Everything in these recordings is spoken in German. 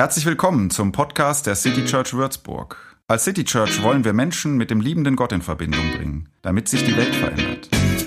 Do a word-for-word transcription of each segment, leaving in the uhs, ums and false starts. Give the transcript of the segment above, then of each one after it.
Herzlich willkommen zum Podcast der City Church Würzburg. Als City Church wollen wir Menschen mit dem liebenden Gott in Verbindung bringen, damit sich die Welt verändert.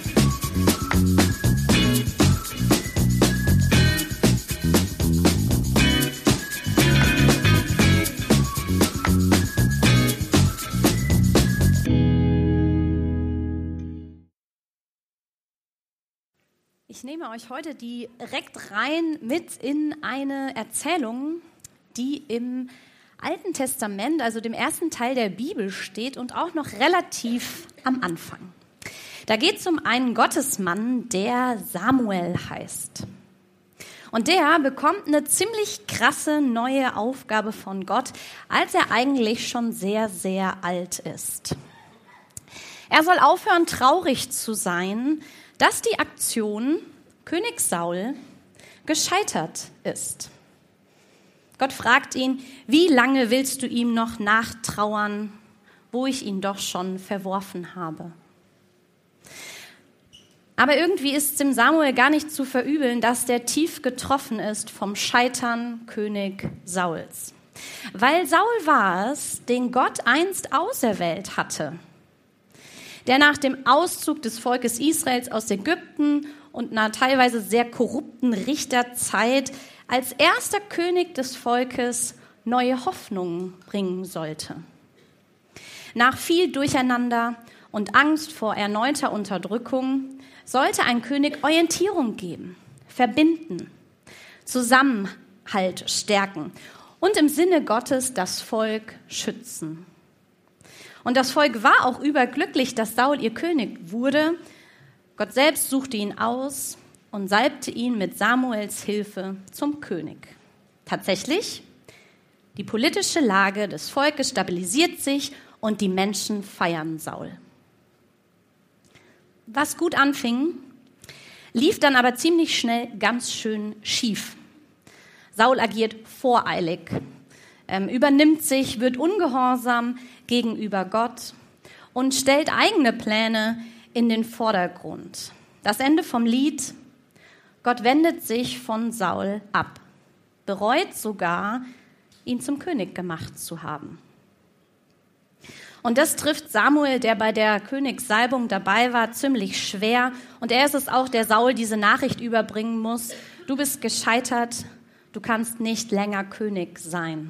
Ich nehme euch heute direkt rein mit in eine Erzählung, die im Alten Testament, also dem ersten Teil der Bibel steht und auch noch relativ am Anfang. Da geht es um einen Gottesmann, der Samuel heißt. Und der bekommt eine ziemlich krasse neue Aufgabe von Gott, als er eigentlich schon sehr, sehr alt ist. Er soll aufhören, traurig zu sein, dass die Aktion König Saul gescheitert ist. Gott fragt ihn, wie lange willst du ihm noch nachtrauern, wo ich ihn doch schon verworfen habe? Aber irgendwie ist es dem Samuel gar nicht zu verübeln, dass der tief getroffen ist vom Scheitern König Sauls. Weil Saul war es, den Gott einst auserwählt hatte, der nach dem Auszug des Volkes Israels aus Ägypten und einer teilweise sehr korrupten Richterzeit als erster König des Volkes neue Hoffnungen bringen sollte. Nach viel Durcheinander und Angst vor erneuter Unterdrückung sollte ein König Orientierung geben, verbinden, Zusammenhalt stärken und im Sinne Gottes das Volk schützen. Und das Volk war auch überglücklich, dass Saul ihr König wurde. Gott selbst suchte ihn aus und salbte ihn mit Samuels Hilfe zum König. Tatsächlich, die politische Lage des Volkes stabilisiert sich und die Menschen feiern Saul. Was gut anfing, lief dann aber ziemlich schnell ganz schön schief. Saul agiert voreilig, ähm, übernimmt sich, wird ungehorsam gegenüber Gott und stellt eigene Pläne in den Vordergrund. Das Ende vom Lied: Gott wendet sich von Saul ab, bereut sogar, ihn zum König gemacht zu haben. Und das trifft Samuel, der bei der Königssalbung dabei war, ziemlich schwer. Und er ist es auch, der Saul diese Nachricht überbringen muss: Du bist gescheitert, du kannst nicht länger König sein.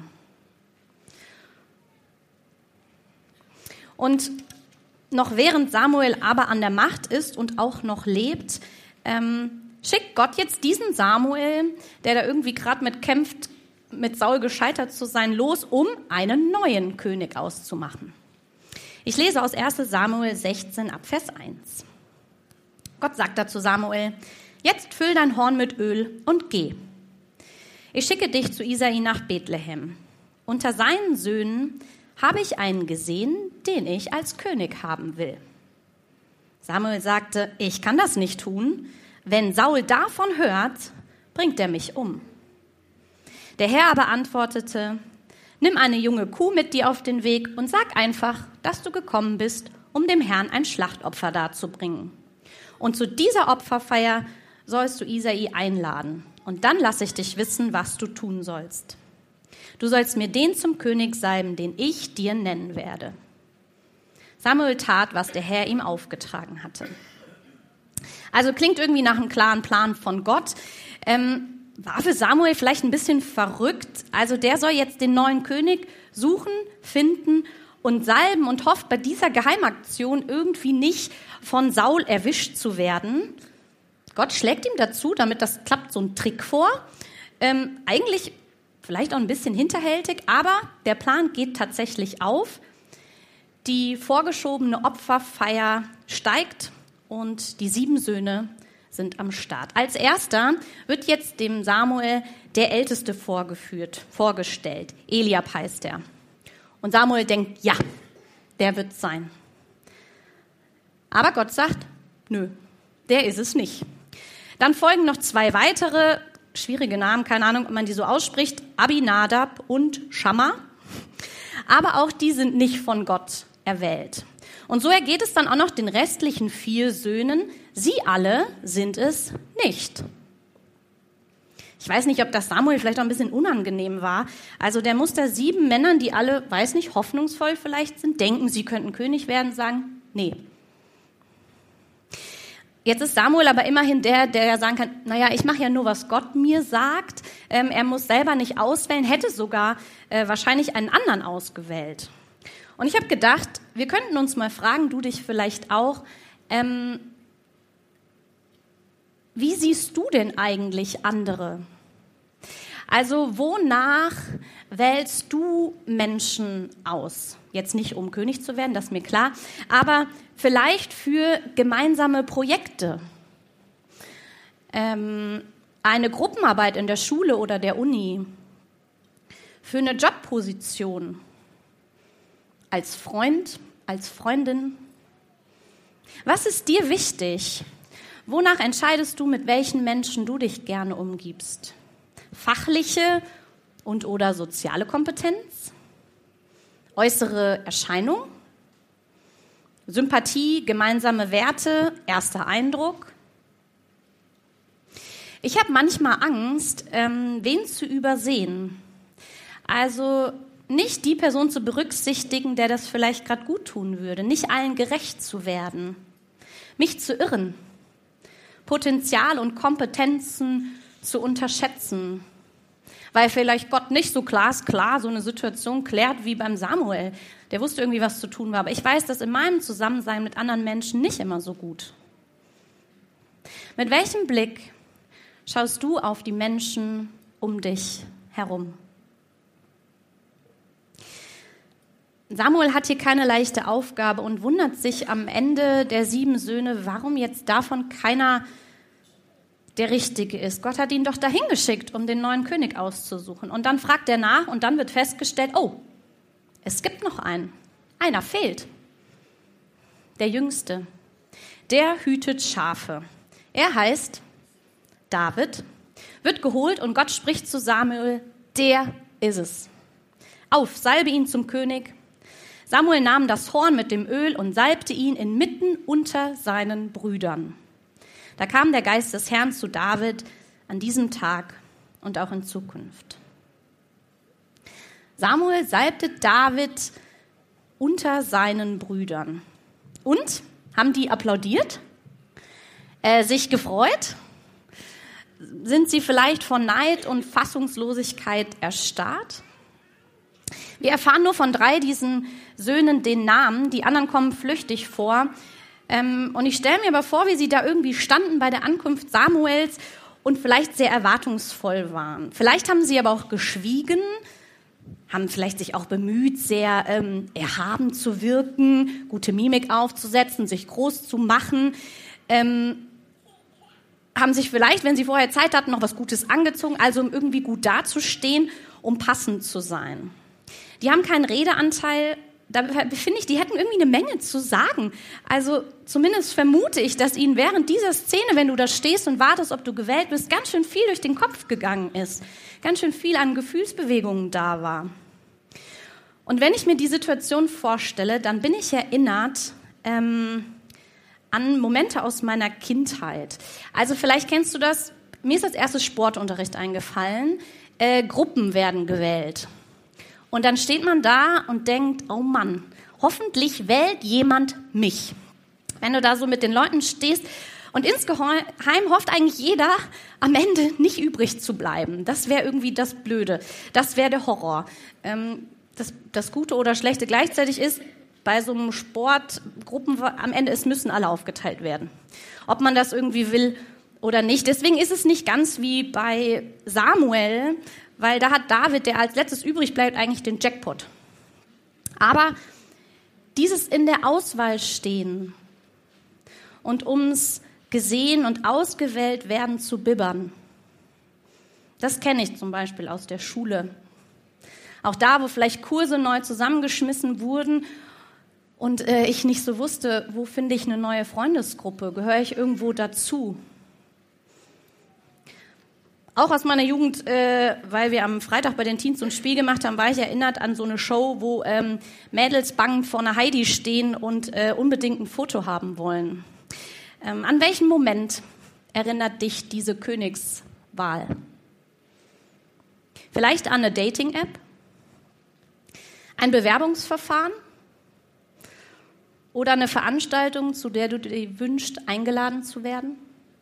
Und noch während Samuel aber an der Macht ist und auch noch lebt, ähm, schickt Gott jetzt diesen Samuel, der da irgendwie gerade mit kämpft, mit Saul gescheitert zu sein, los, um einen neuen König auszumachen. Ich lese aus erster Samuel sechzehn ab Vers eins. Gott sagt da zu Samuel: Jetzt füll dein Horn mit Öl und geh. Ich schicke dich zu Isai nach Bethlehem. Unter seinen Söhnen habe ich einen gesehen, den ich als König haben will. Samuel sagte: Ich kann das nicht tun. Wenn Saul davon hört, bringt er mich um. Der Herr aber antwortete: Nimm eine junge Kuh mit dir auf den Weg und sag einfach, dass du gekommen bist, um dem Herrn ein Schlachtopfer darzubringen. Und zu dieser Opferfeier sollst du Isai einladen. Und dann lasse ich dich wissen, was du tun sollst. Du sollst mir den zum König salben, den ich dir nennen werde. Samuel tat, was der Herr ihm aufgetragen hatte. Also klingt irgendwie nach einem klaren Plan von Gott. Ähm, war für Samuel vielleicht ein bisschen verrückt. Also der soll jetzt den neuen König suchen, finden und salben und hofft bei dieser Geheimaktion irgendwie nicht von Saul erwischt zu werden. Gott schlägt ihm dazu, damit das klappt, so einen Trick vor. Ähm, eigentlich vielleicht auch ein bisschen hinterhältig, aber der Plan geht tatsächlich auf. Die vorgeschobene Opferfeier steigt und die sieben Söhne sind am Start. Als erster wird jetzt dem Samuel der Älteste vorgeführt, vorgestellt. Eliab heißt er. Und Samuel denkt, ja, der wird es sein. Aber Gott sagt, nö, der ist es nicht. Dann folgen noch zwei weitere, schwierige Namen, keine Ahnung, ob man die so ausspricht, Abinadab und Schamma. Aber auch die sind nicht von Gott erwählt. Und so ergeht es dann auch noch den restlichen vier Söhnen. Sie alle sind es nicht. Ich Ich weiß nicht, ob das Samuel vielleicht auch ein bisschen unangenehm war. Also der muss da sieben Männern, die alle, weiß nicht, hoffnungsvoll vielleicht sind, denken, sie könnten König werden, sagen, nee. Jetzt ist Samuel aber immerhin der, der ja sagen kann, naja, ich mache ja nur, was Gott mir sagt. Ähm, er muss selber nicht auswählen, hätte sogar äh, wahrscheinlich einen anderen ausgewählt. Und ich habe gedacht, wir könnten uns mal fragen, du dich vielleicht auch, ähm, wie siehst du denn eigentlich andere? Also wonach wählst du Menschen aus? Jetzt nicht, um König zu werden, das ist mir klar, aber vielleicht für gemeinsame Projekte. Ähm, eine Gruppenarbeit in der Schule oder der Uni. Für eine Jobposition. Als Freund, als Freundin. Was ist dir wichtig? Wonach entscheidest du, mit welchen Menschen du dich gerne umgibst? Fachliche und oder soziale Kompetenz? Äußere Erscheinung? Sympathie, gemeinsame Werte, erster Eindruck? Ich habe manchmal Angst, ähm, wen zu übersehen. Also nicht die Person zu berücksichtigen, der das vielleicht gerade gut tun würde. Nicht allen gerecht zu werden. Mich zu irren. Potenzial und Kompetenzen zu unterschätzen. Weil vielleicht Gott nicht so glasklar so eine Situation klärt wie beim Samuel. Der wusste irgendwie, was zu tun war. Aber ich weiß das in meinem Zusammensein mit anderen Menschen nicht immer so gut. Mit welchem Blick schaust du auf die Menschen um dich herum? Samuel hat hier keine leichte Aufgabe und wundert sich am Ende der sieben Söhne, warum jetzt davon keiner der Richtige ist. Gott hat ihn doch dahin geschickt, um den neuen König auszusuchen. Und dann fragt er nach und dann wird festgestellt, oh, es gibt noch einen. Einer fehlt. Der Jüngste. Der hütet Schafe. Er heißt David, wird geholt und Gott spricht zu Samuel, der ist es. Auf, salbe ihn zum König. Samuel nahm das Horn mit dem Öl und salbte ihn inmitten unter seinen Brüdern. Da kam der Geist des Herrn zu David an diesem Tag und auch in Zukunft. Samuel salbte David unter seinen Brüdern. Und? Haben die applaudiert? Äh, sich gefreut? Sind sie vielleicht von Neid und Fassungslosigkeit erstarrt? Wir erfahren nur von drei diesen Söhnen den Namen, die anderen kommen flüchtig vor. Ähm, und ich stelle mir aber vor, wie sie da irgendwie standen bei der Ankunft Samuels und vielleicht sehr erwartungsvoll waren. Vielleicht haben sie aber auch geschwiegen, haben vielleicht sich auch bemüht, sehr ähm, erhaben zu wirken, gute Mimik aufzusetzen, sich groß zu machen. Ähm, haben sich vielleicht, wenn sie vorher Zeit hatten, noch was Gutes angezogen, also um irgendwie gut dazustehen, um passend zu sein. Die haben keinen Redeanteil. Da finde ich, die hätten irgendwie eine Menge zu sagen. Also zumindest vermute ich, dass ihnen während dieser Szene, wenn du da stehst und wartest, ob du gewählt bist, ganz schön viel durch den Kopf gegangen ist. Ganz schön viel an Gefühlsbewegungen da war. Und wenn ich mir die Situation vorstelle, dann bin ich erinnert ähm, an Momente aus meiner Kindheit. Also vielleicht kennst du das. Mir ist als erstes Sportunterricht eingefallen. Äh, Gruppen werden gewählt. Und dann steht man da und denkt, oh Mann, hoffentlich wählt jemand mich. Wenn du da so mit den Leuten stehst und insgeheim hofft eigentlich jeder, am Ende nicht übrig zu bleiben. Das wäre irgendwie das Blöde. Das wäre der Horror. Ähm, das, das Gute oder Schlechte gleichzeitig ist, bei so einem Sportgruppen am Ende, es müssen alle aufgeteilt werden. Ob man das irgendwie will oder nicht. Deswegen ist es nicht ganz wie bei Samuel, weil da hat David, der als letztes übrig bleibt, eigentlich den Jackpot. Aber dieses in der Auswahl stehen und ums gesehen und ausgewählt werden zu bibbern, das kenne ich zum Beispiel aus der Schule. Auch da, wo vielleicht Kurse neu zusammengeschmissen wurden und äh, ich nicht so wusste, wo finde ich eine neue Freundesgruppe, gehöre ich irgendwo dazu? Auch aus meiner Jugend, äh, weil wir am Freitag bei den Teens so ein Spiel gemacht haben, war ich erinnert an so eine Show, wo ähm, Mädels bangend vor einer Heidi stehen und äh, unbedingt ein Foto haben wollen. Ähm, an welchen Moment erinnert dich diese Königswahl? Vielleicht an eine Dating-App? Ein Bewerbungsverfahren? Oder eine Veranstaltung, zu der du dir wünschst, eingeladen zu werden?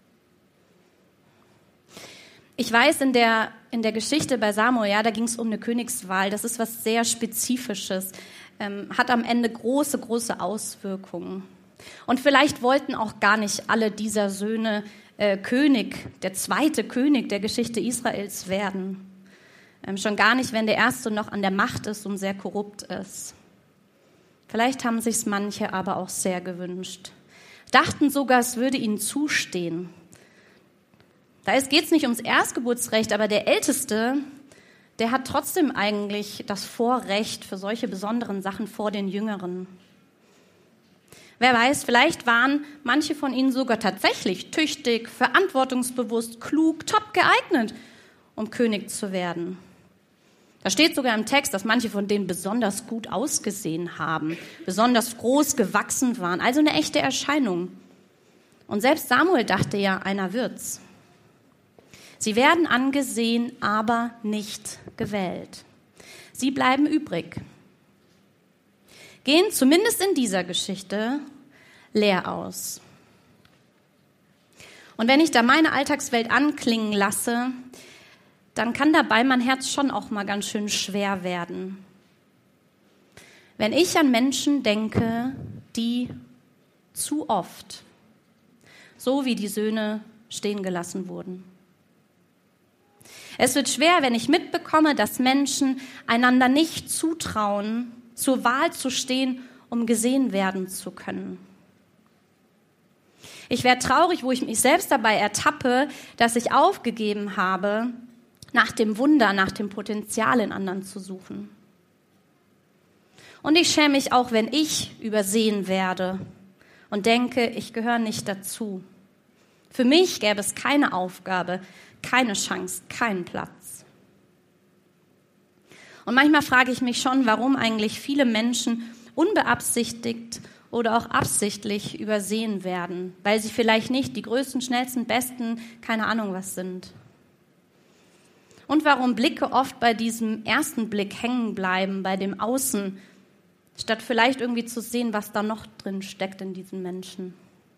Ich weiß, in der, in der Geschichte bei Samuel, ja, da ging es um eine Königswahl. Das ist was sehr Spezifisches, ähm, hat am Ende große, große Auswirkungen. Und vielleicht wollten auch gar nicht alle dieser Söhne äh, König, der zweite König der Geschichte Israels werden. Ähm, schon gar nicht, wenn der erste noch an der Macht ist und sehr korrupt ist. Vielleicht haben sich's manche aber auch sehr gewünscht. Dachten sogar, es würde ihnen zustehen. Da geht es nicht ums Erstgeburtsrecht, aber der Älteste, der hat trotzdem eigentlich das Vorrecht für solche besonderen Sachen vor den Jüngeren. Wer weiß, vielleicht waren manche von ihnen sogar tatsächlich tüchtig, verantwortungsbewusst, klug, top geeignet, um König zu werden. Da steht sogar im Text, dass manche von denen besonders gut ausgesehen haben, besonders groß gewachsen waren, also eine echte Erscheinung. Und selbst Samuel dachte ja, einer wird's. Sie werden angesehen, aber nicht gewählt. Sie bleiben übrig. Gehen zumindest in dieser Geschichte leer aus. Und wenn ich da meine Alltagswelt anklingen lasse, dann kann dabei mein Herz schon auch mal ganz schön schwer werden. Wenn ich an Menschen denke, die zu oft, so wie die Söhne, stehen gelassen wurden. Es wird schwer, wenn ich mitbekomme, dass Menschen einander nicht zutrauen, zur Wahl zu stehen, um gesehen werden zu können. Ich werde traurig, wo ich mich selbst dabei ertappe, dass ich aufgegeben habe, nach dem Wunder, nach dem Potenzial in anderen zu suchen. Und ich schäme mich auch, wenn ich übersehen werde und denke, ich gehöre nicht dazu. Für mich gäbe es keine Aufgabe, keine Chance, keinen Platz. Und manchmal frage ich mich schon, warum eigentlich viele Menschen unbeabsichtigt oder auch absichtlich übersehen werden, weil sie vielleicht nicht die größten, schnellsten, besten, keine Ahnung was sind. Und warum Blicke oft bei diesem ersten Blick hängen bleiben, bei dem Außen, statt vielleicht irgendwie zu sehen, was da noch drin steckt in diesen Menschen.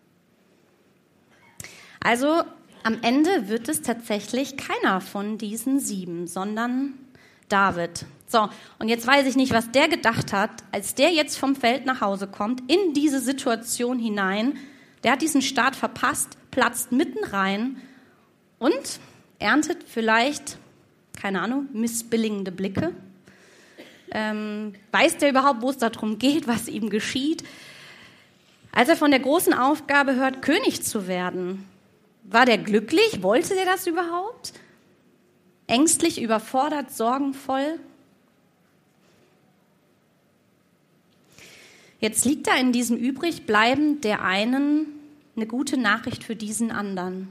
Also am Ende wird es tatsächlich keiner von diesen sieben, sondern David. So, und jetzt weiß ich nicht, was der gedacht hat, als der jetzt vom Feld nach Hause kommt, in diese Situation hinein. Der hat diesen Start verpasst, platzt mitten rein und erntet vielleicht, keine Ahnung, missbilligende Blicke. Ähm, weiß der überhaupt, wo es darum geht, was ihm geschieht? Als er von der großen Aufgabe hört, König zu werden, war der glücklich? Wollte der das überhaupt? Ängstlich, überfordert, sorgenvoll? Jetzt liegt da in diesem Übrigbleiben der einen eine gute Nachricht für diesen anderen.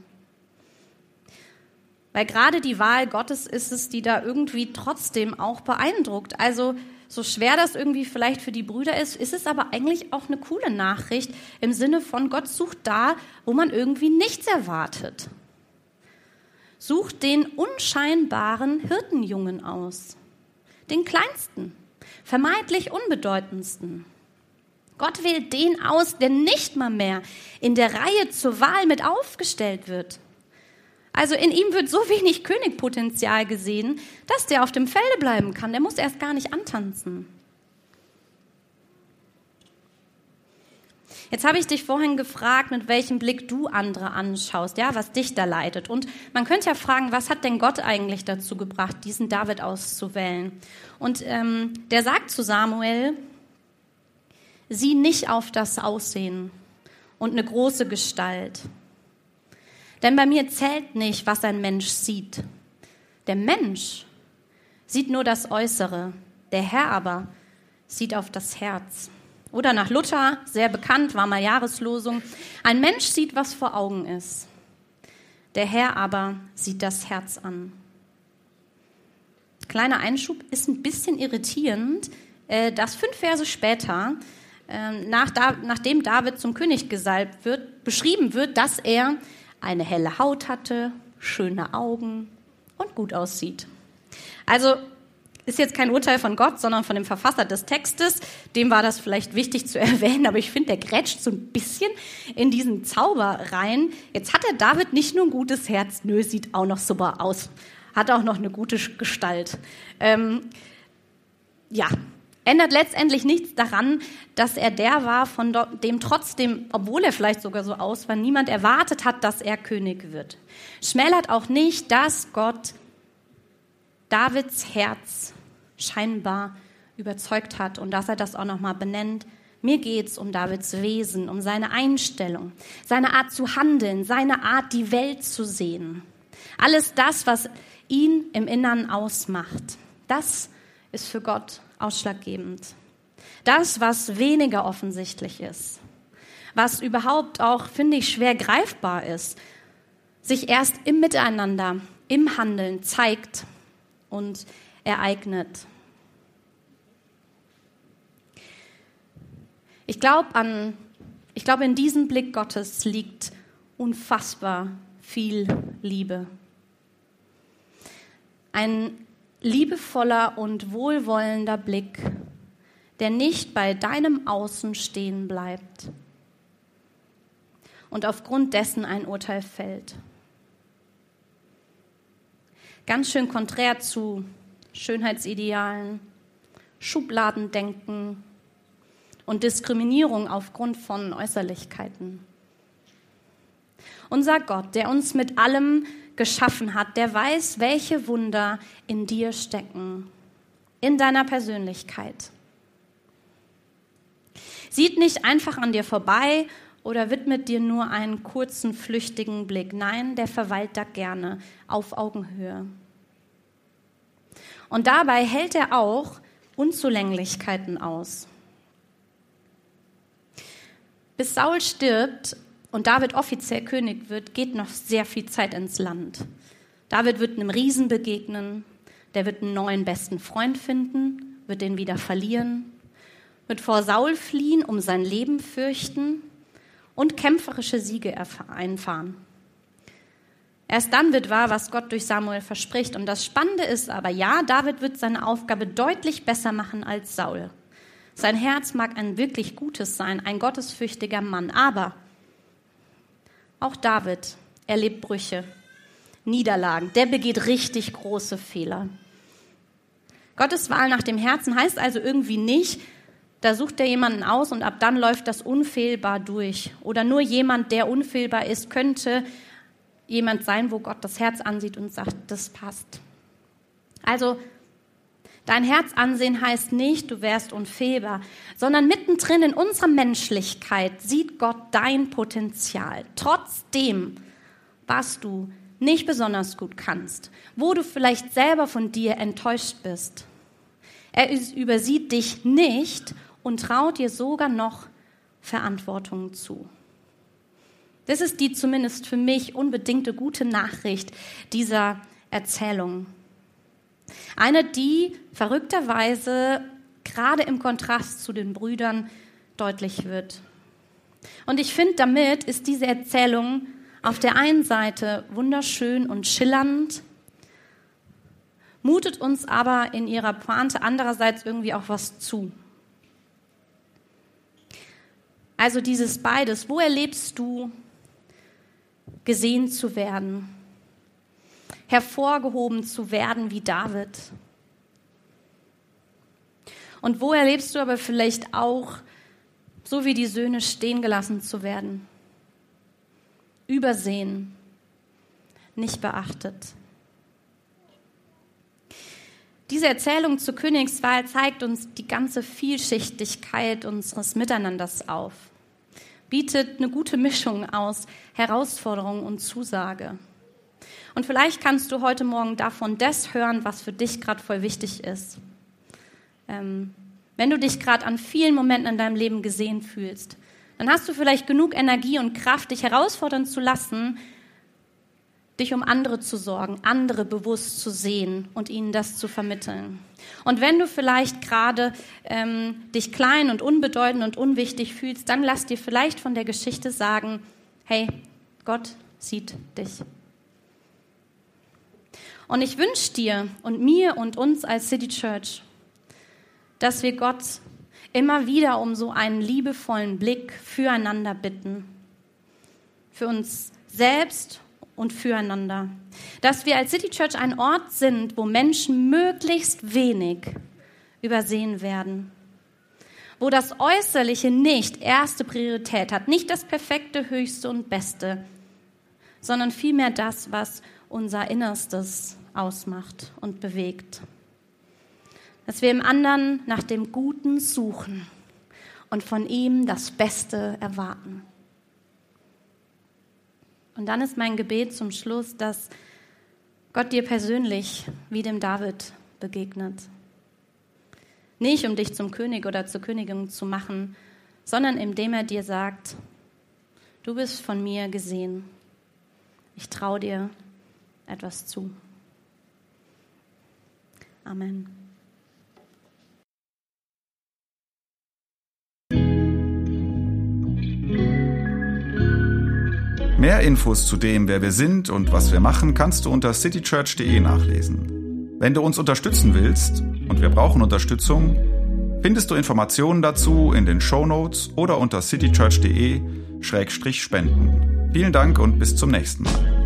Weil gerade die Wahl Gottes ist es, die da irgendwie trotzdem auch beeindruckt. Also so schwer das irgendwie vielleicht für die Brüder ist, ist es aber eigentlich auch eine coole Nachricht im Sinne von Gott sucht da, wo man irgendwie nichts erwartet. Sucht den unscheinbaren Hirtenjungen aus, den kleinsten, vermeintlich unbedeutendsten. Gott wählt den aus, der nicht mal mehr in der Reihe zur Wahl mit aufgestellt wird. Also in ihm wird so wenig Königpotenzial gesehen, dass der auf dem Felde bleiben kann. Der muss erst gar nicht antanzen. Jetzt habe ich dich vorhin gefragt, mit welchem Blick du andere anschaust, ja, was dich da leitet. Und man könnte ja fragen, was hat denn Gott eigentlich dazu gebracht, diesen David auszuwählen? Und ähm, der sagt zu Samuel, sieh nicht auf das Aussehen und eine große Gestalt. Denn bei mir zählt nicht, was ein Mensch sieht. Der Mensch sieht nur das Äußere, der Herr aber sieht auf das Herz. Oder nach Luther, sehr bekannt, war mal Jahreslosung, ein Mensch sieht, was vor Augen ist. Der Herr aber sieht das Herz an. Kleiner Einschub, ist ein bisschen irritierend, dass fünf Verse später, nach, nachdem David zum König gesalbt wird, beschrieben wird, dass er eine helle Haut hatte, schöne Augen und gut aussieht. Also ist jetzt kein Urteil von Gott, sondern von dem Verfasser des Textes. Dem war das vielleicht wichtig zu erwähnen, aber ich finde, der grätscht so ein bisschen in diesen Zauber rein. Jetzt hat der David nicht nur ein gutes Herz, nö, sieht auch noch super aus. Hat auch noch eine gute Gestalt. Ähm, ja, ändert letztendlich nichts daran, dass er der war, von dem trotzdem, obwohl er vielleicht sogar so aus war, niemand erwartet hat, dass er König wird. Schmälert auch nicht, dass Gott Davids Herz scheinbar überzeugt hat und dass er das auch nochmal benennt. Mir geht's um Davids Wesen, um seine Einstellung, seine Art zu handeln, seine Art, die Welt zu sehen. Alles das, was ihn im Innern ausmacht, das ist für Gott ausschlaggebend. Das, was weniger offensichtlich ist, was überhaupt auch, finde ich, schwer greifbar ist, sich erst im Miteinander, im Handeln zeigt und ereignet. Ich glaube, an, ich glaube, in diesem Blick Gottes liegt unfassbar viel Liebe. Ein liebevoller und wohlwollender Blick, der nicht bei deinem Außen stehen bleibt und aufgrund dessen ein Urteil fällt. Ganz schön konträr zu Schönheitsidealen, Schubladendenken und Diskriminierung aufgrund von Äußerlichkeiten. Unser Gott, der uns mit allem geschaffen hat, der weiß, welche Wunder in dir stecken, in deiner Persönlichkeit. Sieht nicht einfach an dir vorbei oder widmet dir nur einen kurzen, flüchtigen Blick. Nein, der verweilt da gerne auf Augenhöhe. Und dabei hält er auch Unzulänglichkeiten aus. Bis Saul stirbt und David offiziell König wird, geht noch sehr viel Zeit ins Land. David wird einem Riesen begegnen, der wird einen neuen besten Freund finden, wird den wieder verlieren, wird vor Saul fliehen, um sein Leben fürchten und kämpferische Siege einfahren. Erst dann wird wahr, was Gott durch Samuel verspricht. Und das Spannende ist aber, ja, David wird seine Aufgabe deutlich besser machen als Saul. Sein Herz mag ein wirklich gutes sein, ein gottesfürchtiger Mann, aber auch David erlebt Brüche, Niederlagen, der begeht richtig große Fehler. Gottes Wahl nach dem Herzen heißt also irgendwie nicht, da sucht er jemanden aus und ab dann läuft das unfehlbar durch. Oder nur jemand, der unfehlbar ist, könnte jemand sein, wo Gott das Herz ansieht und sagt, das passt. Also dein Herz ansehen heißt nicht, du wärst unfehlbar, sondern mittendrin in unserer Menschlichkeit sieht Gott dein Potenzial. Trotzdem, was du nicht besonders gut kannst, wo du vielleicht selber von dir enttäuscht bist. Er übersieht dich nicht und traut dir sogar noch Verantwortung zu. Das ist die zumindest für mich unbedingte gute Nachricht dieser Erzählung. Eine, die verrückterweise gerade im Kontrast zu den Brüdern deutlich wird. Und ich finde, damit ist diese Erzählung auf der einen Seite wunderschön und schillernd, mutet uns aber in ihrer Pointe andererseits irgendwie auch was zu. Also dieses beides, wo erlebst du, gesehen zu werden, hervorgehoben zu werden wie David? Und wo erlebst du aber vielleicht auch, so wie die Söhne, stehen gelassen zu werden, übersehen, nicht beachtet? Diese Erzählung zur Königswahl zeigt uns die ganze Vielschichtigkeit unseres Miteinanders auf, bietet eine gute Mischung aus Herausforderung und Zusage. Und vielleicht kannst du heute Morgen davon das hören, was für dich gerade voll wichtig ist. Ähm, wenn du dich gerade an vielen Momenten in deinem Leben gesehen fühlst, dann hast du vielleicht genug Energie und Kraft, dich herausfordern zu lassen, dich um andere zu sorgen, andere bewusst zu sehen und ihnen das zu vermitteln. Und wenn du vielleicht gerade ähm, dich klein und unbedeutend und unwichtig fühlst, dann lass dir vielleicht von der Geschichte sagen, hey, Gott sieht dich. Und ich wünsche dir und mir und uns als City Church, dass wir Gott immer wieder um so einen liebevollen Blick füreinander bitten. Für uns selbst und füreinander. Dass wir als City Church ein Ort sind, wo Menschen möglichst wenig übersehen werden. Wo das Äußerliche nicht erste Priorität hat, nicht das Perfekte, Höchste und Beste, sondern vielmehr das, was unser Innerstes ausmacht und bewegt. Dass wir im anderen nach dem Guten suchen und von ihm das Beste erwarten. Und dann ist mein Gebet zum Schluss, dass Gott dir persönlich wie dem David begegnet. Nicht, um dich zum König oder zur Königin zu machen, sondern indem er dir sagt, du bist von mir gesehen. Ich traue dir etwas zu. Amen. Mehr Infos zu dem, wer wir sind und was wir machen, kannst du unter citychurch punkt de nachlesen. Wenn du uns unterstützen willst, und wir brauchen Unterstützung, findest du Informationen dazu in den Shownotes oder unter citychurch punkt de Schrägstrich spenden. Vielen Dank und bis zum nächsten Mal.